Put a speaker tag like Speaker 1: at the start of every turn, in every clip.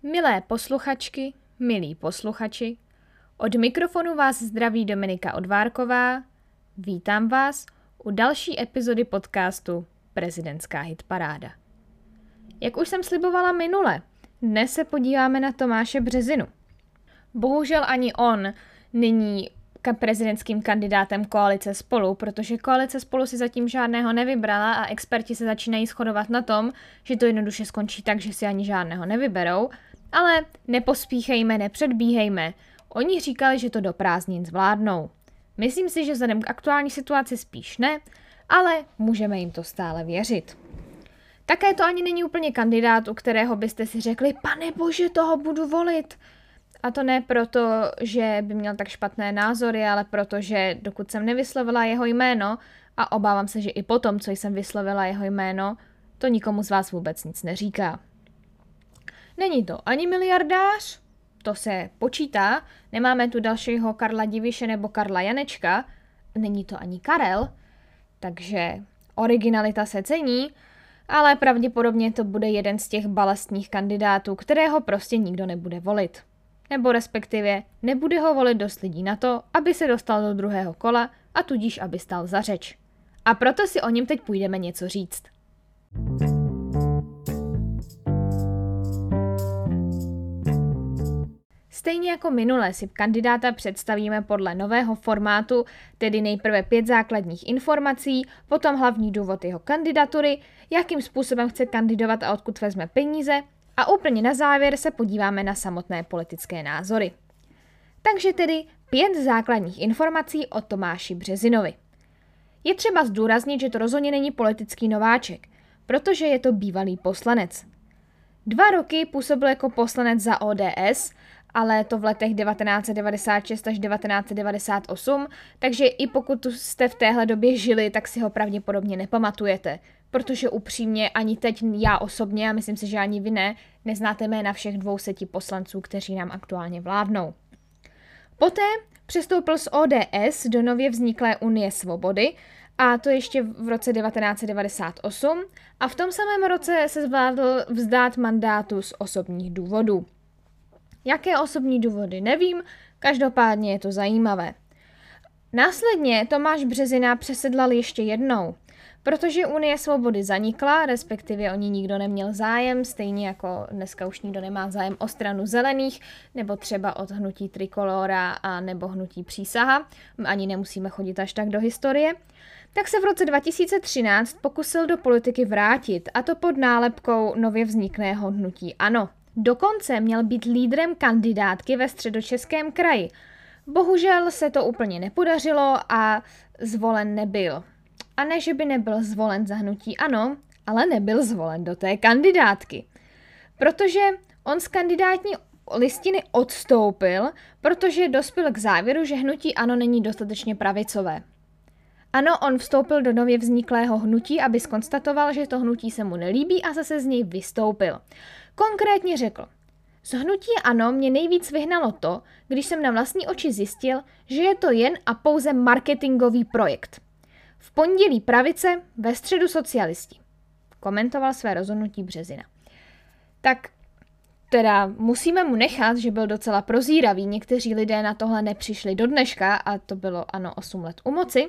Speaker 1: Milé posluchačky, milí posluchači, od mikrofonu vás zdraví Dominika Odvárková. Vítám vás u další epizody podcastu Prezidentská hitparáda. Jak už jsem slibovala minule, dnes se podíváme na Tomáše Březinu. Bohužel ani on není prezidentským kandidátem koalice Spolu, protože koalice Spolu si zatím žádného nevybrala a experti se začínají shodovat na tom, že to jednoduše skončí tak, že si ani žádného nevyberou, ale nepospíchejme, nepředbíhejme. Oni říkali, že to do prázdnin zvládnou. Myslím si, že vzhledem k aktuální situaci spíš ne, ale můžeme jim to stále věřit. Také to ani není úplně kandidát, u kterého byste si řekli, pane bože, toho budu volit. A to ne proto, že by měl tak špatné názory, ale protože dokud jsem nevyslovila jeho jméno, a obávám se, že i potom, co jsem vyslovila jeho jméno, to nikomu z vás vůbec nic neříká. Není to ani miliardář, to se počítá, nemáme tu dalšího Karla Diviše nebo Karla Janečka, není to ani Karel, takže originalita se cení, ale pravděpodobně to bude jeden z těch balastních kandidátů, kterého prostě nikdo nebude volit. Nebo respektive nebude ho volit dost lidí na to, aby se dostal do druhého kola a tudíž aby stal za řeč. A proto si o něm teď půjdeme něco říct. Stejně jako minule si kandidáta představíme podle nového formátu, tedy nejprve 5 základních informací, potom hlavní důvod jeho kandidatury, jakým způsobem chce kandidovat a odkud vezme peníze a úplně na závěr se podíváme na samotné politické názory. Takže tedy 5 základních informací o Tomáši Březinovi. Je třeba zdůraznit, že to rozhodně není politický nováček, protože je to bývalý poslanec. 2 roky působil jako poslanec za ODS, ale to v letech 1996 až 1998, takže i pokud jste v téhle době žili, tak si ho pravděpodobně nepamatujete, protože upřímně ani teď já osobně, a myslím si, že ani vy ne, neznáte jména všech 200 poslanců, kteří nám aktuálně vládnou. Poté přestoupil z ODS do nově vzniklé Unie svobody, a to ještě v roce 1998, a v tom samém roce se zvládl vzdát mandátu z osobních důvodů. Jaké osobní důvody, nevím, každopádně je to zajímavé. Následně Tomáš Březina přesedlal ještě jednou, protože Unie svobody zanikla, respektive o ní nikdo neměl zájem, stejně jako dneska už nikdo nemá zájem o stranu zelených, nebo třeba od hnutí Trikolora a nebo hnutí Přísaha, ani nemusíme chodit až tak do historie, tak se v roce 2013 pokusil do politiky vrátit, a to pod nálepkou nově vzniklého hnutí ANO. Dokonce měl být lídrem kandidátky ve Středočeském kraji. Bohužel se to úplně nepodařilo a zvolen nebyl. A ne, že by nebyl zvolen za hnutí ANO, ale nebyl zvolen do té kandidátky. Protože on z kandidátní listiny odstoupil, protože dospěl k závěru, že hnutí ANO není dostatečně pravicové. Ano, on vstoupil do nově vzniklého hnutí, aby zkonstatoval, že to hnutí se mu nelíbí, a zase z něj vystoupil. Konkrétně řekl, z hnutí ANO mě nejvíc vyhnalo to, když jsem na vlastní oči zjistil, že je to jen a pouze marketingový projekt. V pondělí pravice, ve středu socialisti. Komentoval své rozhodnutí Březina. Tak teda musíme mu nechat, že byl docela prozíravý. Někteří lidé na tohle nepřišli do dneška, a to bylo ANO 8 let u moci.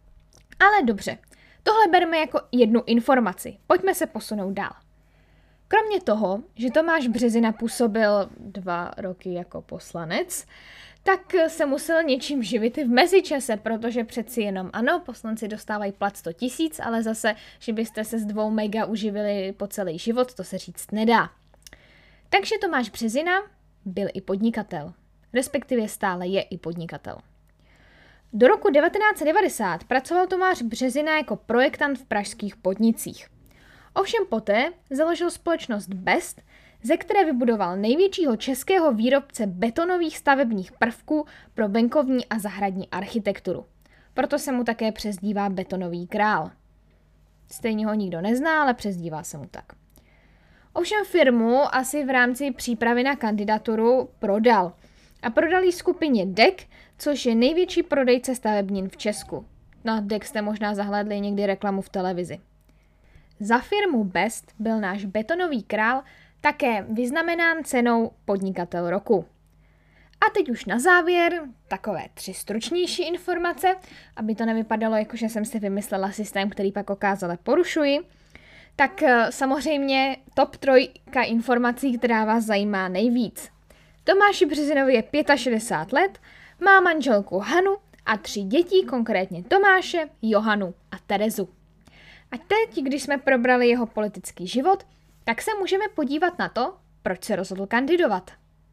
Speaker 1: Ale dobře, tohle bereme jako jednu informaci. Pojďme se posunout dál. Kromě toho, že Tomáš Březina působil 2 roky jako poslanec, tak se musel něčím živit i v mezičase, protože přeci jenom ano, poslanci dostávají plat 100 000, ale zase, že byste se z 2 mega uživili po celý život, to se říct nedá. Takže Tomáš Březina byl i podnikatel, respektive stále je i podnikatel. Do roku 1990 pracoval Tomáš Březina jako projektant v pražských podnicích. Ovšem poté založil společnost Best, ze které vybudoval největšího českého výrobce betonových stavebních prvků pro venkovní a zahradní architekturu. Proto se mu také přezdívá Betonový král. Stejně ho nikdo nezná, ale přezdívá se mu tak. Ovšem firmu asi v rámci přípravy na kandidaturu prodal. A prodal ji skupině DEC, což je největší prodejce stavebnin v Česku. Na DEC jste možná zahlédli někdy reklamu v televizi. Za firmu Best byl náš Betonový král Také vyznamenán cenou Podnikatel roku. A teď už na závěr takové 3 stručnější informace, aby to nevypadalo jako, že jsem si vymyslela systém, který pak okázale porušuji. Tak samozřejmě top 3 informací, která vás zajímá nejvíc. Tomáši Březinovi je 65 let, má manželku Hanu a 3 děti, konkrétně Tomáše, Johanu a Terezu. A teď, když jsme probrali jeho politický život, tak se můžeme podívat na to, proč se rozhodl kandidovat.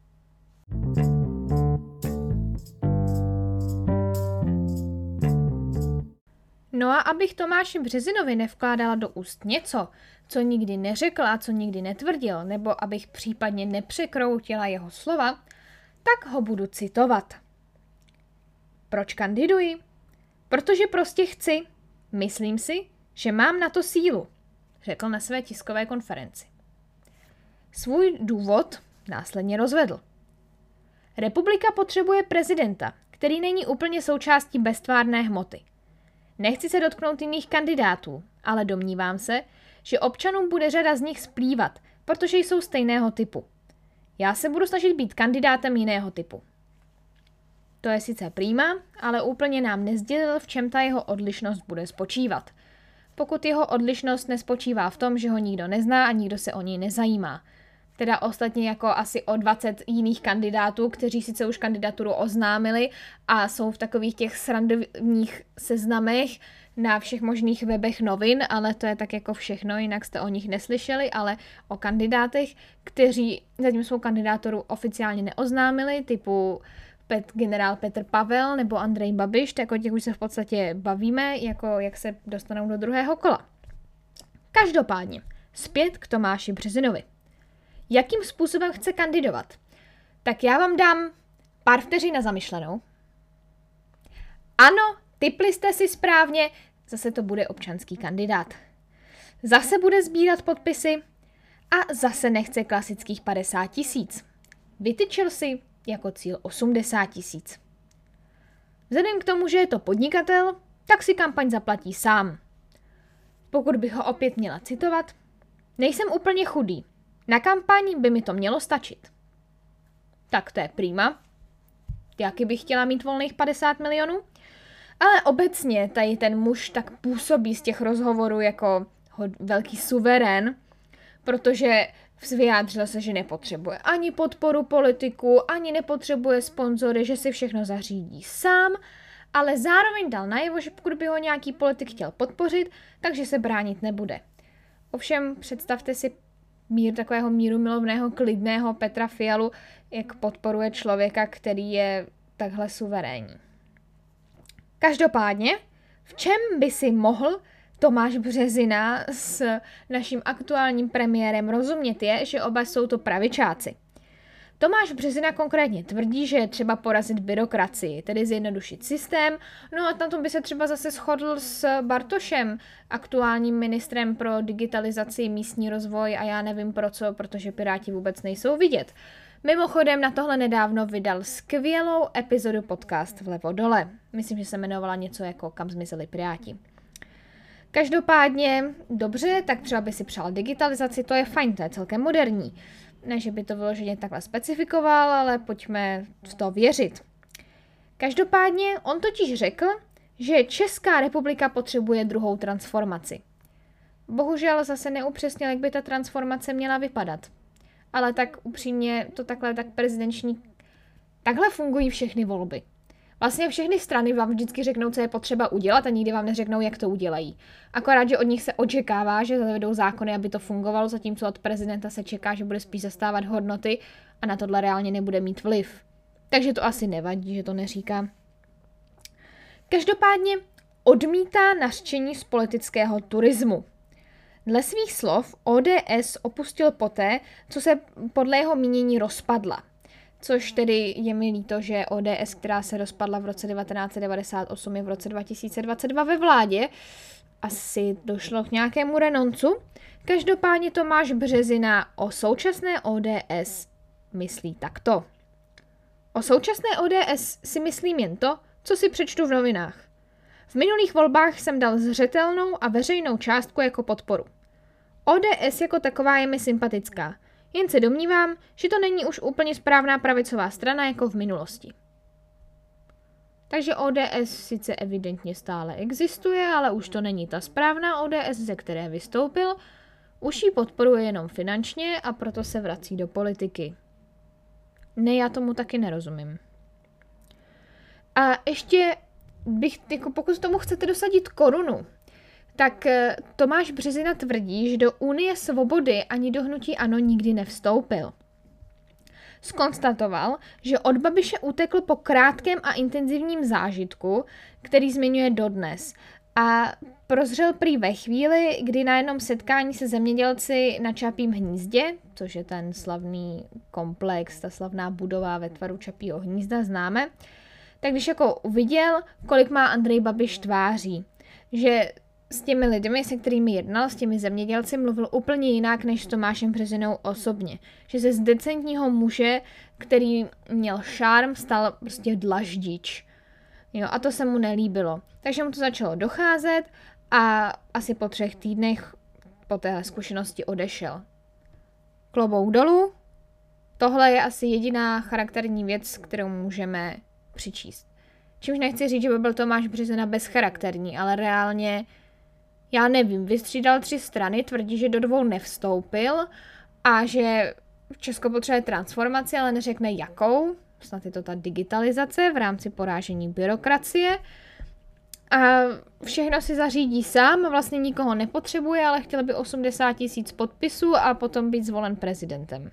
Speaker 1: No a abych Tomáši Březinovi nevkládala do úst něco, co nikdy neřekl a co nikdy netvrdil, nebo abych případně nepřekroutila jeho slova, tak ho budu citovat. Proč kandiduji? Protože prostě chci. Myslím si, že mám na to sílu, řekl na své tiskové konferenci. Svůj důvod následně rozvedl. Republika potřebuje prezidenta, který není úplně součástí beztvárné hmoty. Nechci se dotknout jiných kandidátů, ale domnívám se, že občanům bude řada z nich splývat, protože jsou stejného typu. Já se budu snažit být kandidátem jiného typu. To je sice prima, ale úplně nám nesdělil, v čem ta jeho odlišnost bude spočívat. Pokud jeho odlišnost nespočívá v tom, že ho nikdo nezná a nikdo se o něj nezajímá. Teda ostatně jako asi o 20 jiných kandidátů, kteří sice už kandidaturu oznámili a jsou v takových těch srandovních seznamech na všech možných webech novin, ale to je tak jako všechno, jinak jste o nich neslyšeli, ale o kandidátech, kteří zatím svou kandidaturu oficiálně neoznámili, typu generál Petr Pavel nebo Andrej Babiš, tak o těch už se v podstatě bavíme, jako jak se dostanou do druhého kola. Každopádně, zpět k Tomáši Březinovi. Jakým způsobem chce kandidovat? Tak já vám dám pár vteřin na zamyšlenou. Ano, tipli jste si správně, zase to bude občanský kandidát. Zase bude sbírat podpisy a zase nechce klasických 50 000. Vytyčil si jako cíl 80 000. Vzhledem k tomu, že je to podnikatel, tak si kampaň zaplatí sám. Pokud bych ho opět měla citovat, nejsem úplně chudý. Na kampaň by mi to mělo stačit. Tak to je prima. Jaký bych chtěla mít volných 50 milionů? Ale obecně tady ten muž tak působí z těch rozhovorů jako velký suverén, protože vyjádřil se, že nepotřebuje ani podporu politiků, ani nepotřebuje sponzory, že si všechno zařídí sám, ale zároveň dal najevo, že pokud by ho nějaký politik chtěl podpořit, takže se bránit nebude. Ovšem představte si takového mírumilovného, klidného Petra Fialu, jak podporuje člověka, který je takhle suverénní. Každopádně, v čem by si mohl Tomáš Březina s naším aktuálním premiérem rozumět je, že oba jsou to pravičáci. Tomáš Březina konkrétně tvrdí, že je třeba porazit byrokracii, tedy zjednodušit systém, no a na tom by se třeba zase shodl s Bartošem, aktuálním ministrem pro digitalizaci, místní rozvoj a já nevím pro co, protože Piráti vůbec nejsou vidět. Mimochodem na tohle nedávno vydal skvělou epizodu podcast Vlevo dole. Myslím, že se jmenovala něco jako Kam zmizeli Piráti. Každopádně, dobře, tak třeba by si přál digitalizaci, to je fajn, to je celkem moderní. Ne, že by to vyloženě takhle specifikoval, ale pojďme v to věřit. Každopádně on totiž řekl, že Česká republika potřebuje druhou transformaci. Bohužel zase neupřesnil, jak by ta transformace měla vypadat. Ale tak upřímně to takhle tak prezidenční... Takhle fungují všechny volby. Vlastně všechny strany vám vždycky řeknou, co je potřeba udělat a nikdy vám neřeknou, jak to udělají. Akorát, že od nich se očekává, že zavedou zákony, aby to fungovalo, zatímco od prezidenta se čeká, že bude spíš zastávat hodnoty a na tohle reálně nebude mít vliv. Takže to asi nevadí, že to neříká. Každopádně odmítá nařčení z politického turismu. Dle svých slov ODS opustil poté, co se podle jeho mínění rozpadla. Což tedy je mi líto, že ODS, která se rozpadla v roce 1998, je v roce 2022 ve vládě. Asi došlo k nějakému renoncu. Každopádně Tomáš Březina o současné ODS myslí takto. O současné ODS si myslím jen to, co si přečtu v novinách. V minulých volbách jsem dal zřetelnou a veřejnou částku jako podporu. ODS jako taková je mi sympatická. Jen se domnívám, že to není už úplně správná pravicová strana jako v minulosti. Takže ODS sice evidentně stále existuje, ale už to není ta správná ODS, ze které vystoupil, už ji podporuje jenom finančně a proto se vrací do politiky. Ne, já tomu taky nerozumím. A ještě bych, jako pokud tomu chcete dosadit korunu, tak Tomáš Březina tvrdí, že do Unie svobody ani do hnutí ANO nikdy nevstoupil. Zkonstatoval, že od Babiše utekl po krátkém a intenzivním zážitku, který zmiňuje dodnes. A prozřel prý ve chvíli, kdy na jednom setkání se zemědělci na Čapím hnízdě, což je ten slavný komplex, ta slavná budova ve tvaru Čapího hnízda, známe, tak když jako uviděl, kolik má Andrej Babiš tváří, že s těmi lidmi, se kterými jednal, s těmi zemědělci, mluvil úplně jinak než s Tomášem Březinou osobně. Že se z decentního muže, který měl šarm, stal prostě dlaždič. Jo, a to se mu nelíbilo. Takže mu to začalo docházet a asi po 3 týdnech po téhle zkušenosti odešel. Klobouk dolů. Tohle je asi jediná charakterní věc, kterou můžeme přičíst. Čímž nechci říct, že by byl Tomáš Březina bezcharakterní, ale reálně, já nevím, vystřídal 3 strany, tvrdí, že do 2 nevstoupil a že Česko potřebuje transformaci, ale neřekne jakou. Snad je to ta digitalizace v rámci porážení byrokracie. A všechno si zařídí sám, vlastně nikoho nepotřebuje, ale chtěl by 80 000 podpisů a potom být zvolen prezidentem.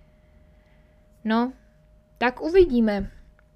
Speaker 1: No, tak uvidíme.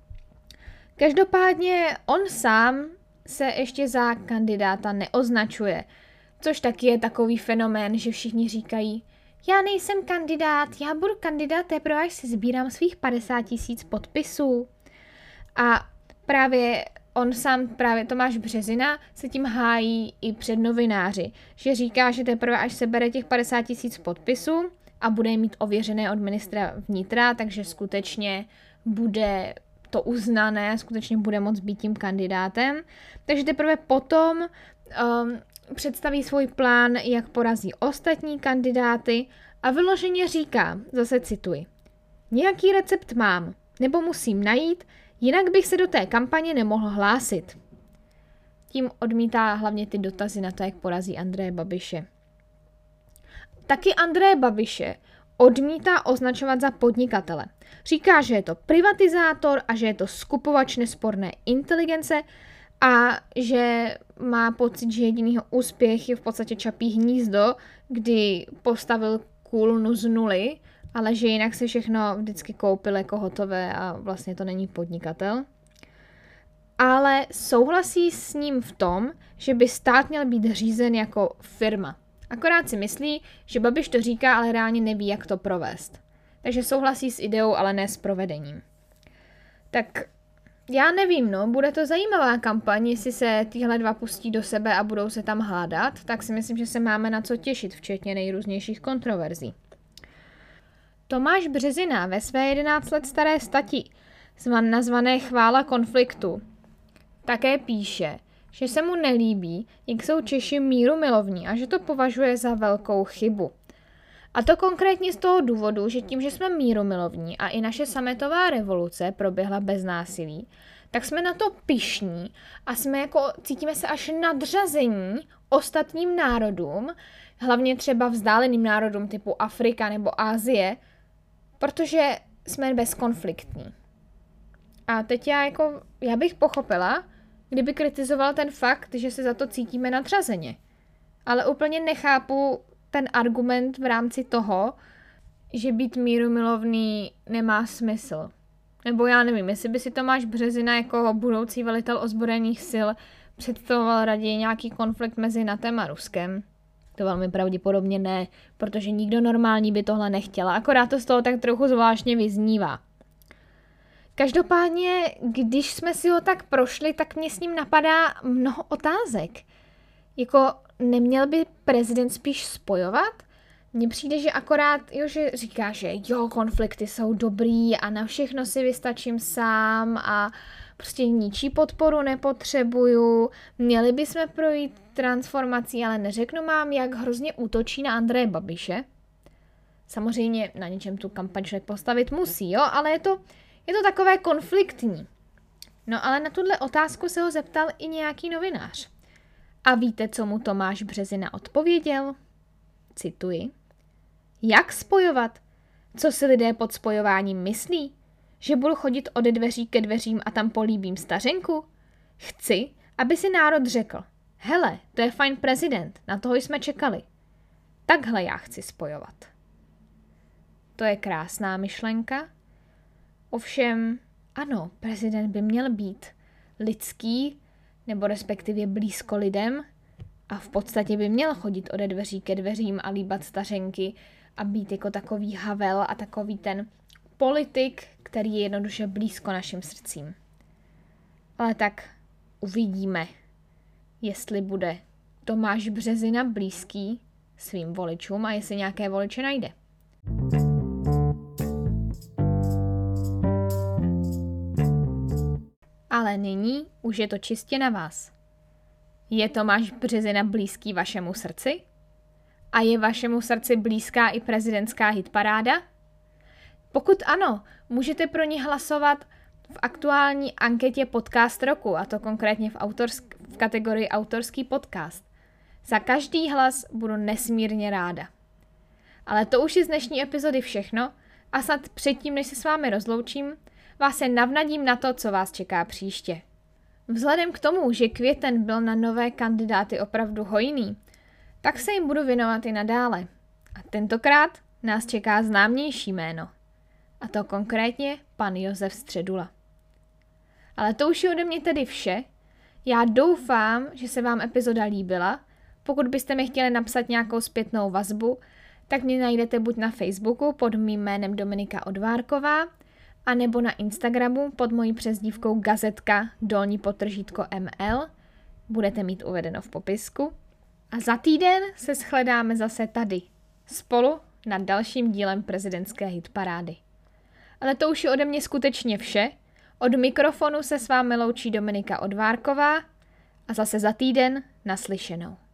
Speaker 1: Každopádně on sám se ještě za kandidáta neoznačuje, což taky je takový fenomén, že všichni říkají, já nejsem kandidát, já budu kandidát teprve, až si sbírám svých 50 000 podpisů. A právě on sám, právě Tomáš Březina, se tím hájí i před novináři, že říká, že teprve až se bere těch 50 000 podpisů a bude je mít ověřené od ministra vnitra, takže skutečně bude to uznané, skutečně bude moct být tím kandidátem. Takže teprve potom představí svůj plán, jak porazí ostatní kandidáty a vyloženě říká, zase cituji, nějaký recept mám, nebo musím najít, jinak bych se do té kampaně nemohl hlásit. Tím odmítá hlavně ty dotazy na to, jak porazí Andreje Babiše. Taky Andreje Babiše odmítá označovat za podnikatele. Říká, že je to privatizátor a že je to skupovač nesporné inteligence a že má pocit, že jedinýho úspěch je v podstatě Čapí hnízdo, kdy postavil kůlnu z nuly, ale že jinak se všechno vždycky koupil jako hotové a vlastně to není podnikatel. Ale souhlasí s ním v tom, že by stát měl být řízen jako firma. Akorát si myslí, že Babiš to říká, ale reálně neví, jak to provést. Takže souhlasí s ideou, ale ne s provedením. Tak já nevím, no, bude to zajímavá kampaň, jestli se tyhle 2 pustí do sebe a budou se tam hádat, tak si myslím, že se máme na co těšit, včetně nejrůznějších kontroverzí. Tomáš Březina ve své 11 let staré stati, nazvané Chvála konfliktu, také píše, že se mu nelíbí, jak jsou Češi mírumilovní a že to považuje za velkou chybu. A to konkrétně z toho důvodu, že tím, že jsme mírumilovní a i naše sametová revoluce proběhla bez násilí, tak jsme na to pyšní a cítíme se až nadřazení ostatním národům, hlavně třeba vzdáleným národům typu Afrika nebo Asie, protože jsme bezkonfliktní. A teď já bych pochopila, kdyby kritizoval ten fakt, že se za to cítíme nadřazeně. Ale úplně nechápu ten argument v rámci toho, že být mírumilovný nemá smysl. Nebo já nevím, jestli by si Tomáš Březina jako budoucí velitel ozbrojených sil představoval raději nějaký konflikt mezi NATOem a Ruskem. To velmi pravděpodobně ne, protože nikdo normální by tohle nechtěl. Akorát to z toho tak trochu zvláštně vyznívá. Každopádně, když jsme si ho tak prošli, tak mě s ním napadá mnoho otázek. Jako neměl by prezident spíš spojovat? Mně přijde, že akorát, že říká, že konflikty jsou dobrý a na všechno si vystačím sám a prostě ničí podporu nepotřebuju. Měli bychom projít transformací, ale neřeknu vám, jak hrozně útočí na Andreje Babiše. Samozřejmě na něčem tu kampaň člověk postavit musí, jo, ale je to takové konfliktní. No ale na tuhle otázku se ho zeptal i nějaký novinář. A víte, co mu Tomáš Březina odpověděl? Cituji. Jak spojovat? Co si lidé pod spojováním myslí? Že budu chodit ode dveří ke dveřím a tam políbím stařenku? Chci, aby si národ řekl, hele, to je fajn prezident, na toho jsme čekali. Takhle já chci spojovat. To je krásná myšlenka. Ovšem, ano, prezident by měl být lidský, nebo respektive blízko lidem a v podstatě by měl chodit ode dveří ke dveřím a líbat stařenky a být jako takový Havel a takový ten politik, který je jednoduše blízko našim srdcím. Ale tak uvidíme, jestli bude Tomáš Březina blízký svým voličům a jestli nějaké voliče najde. Ale nyní už je to čistě na vás. Je Tomáš Březina blízký vašemu srdci? A je vašemu srdci blízká i prezidentská hitparáda? Pokud ano, můžete pro ní hlasovat v aktuální anketě Podcast roku, a to konkrétně v kategorii autorský podcast. Za každý hlas budu nesmírně ráda. Ale to už je z dnešní epizody všechno a snad předtím, než se s vámi rozloučím, vás jen navnadím na to, co vás čeká příště. Vzhledem k tomu, že květen byl na nové kandidáty opravdu hojný, tak se jim budu věnovat i nadále. A tentokrát nás čeká známější jméno. A to konkrétně pan Josef Středula. Ale to už je ode mě tedy vše. Já doufám, že se vám epizoda líbila. Pokud byste mi chtěli napsat nějakou zpětnou vazbu, tak mě najdete buď na Facebooku pod mým jménem Dominika Odvárková, a nebo na Instagramu pod mojí přezdívkou gazetka_ML. Budete mít uvedeno v popisku. A za týden se shledáme zase tady, spolu na dalším dílem prezidentské hitparády. Ale to už je ode mě skutečně vše. Od mikrofonu se s vámi loučí Dominika Odvárková a zase za týden naslyšenou.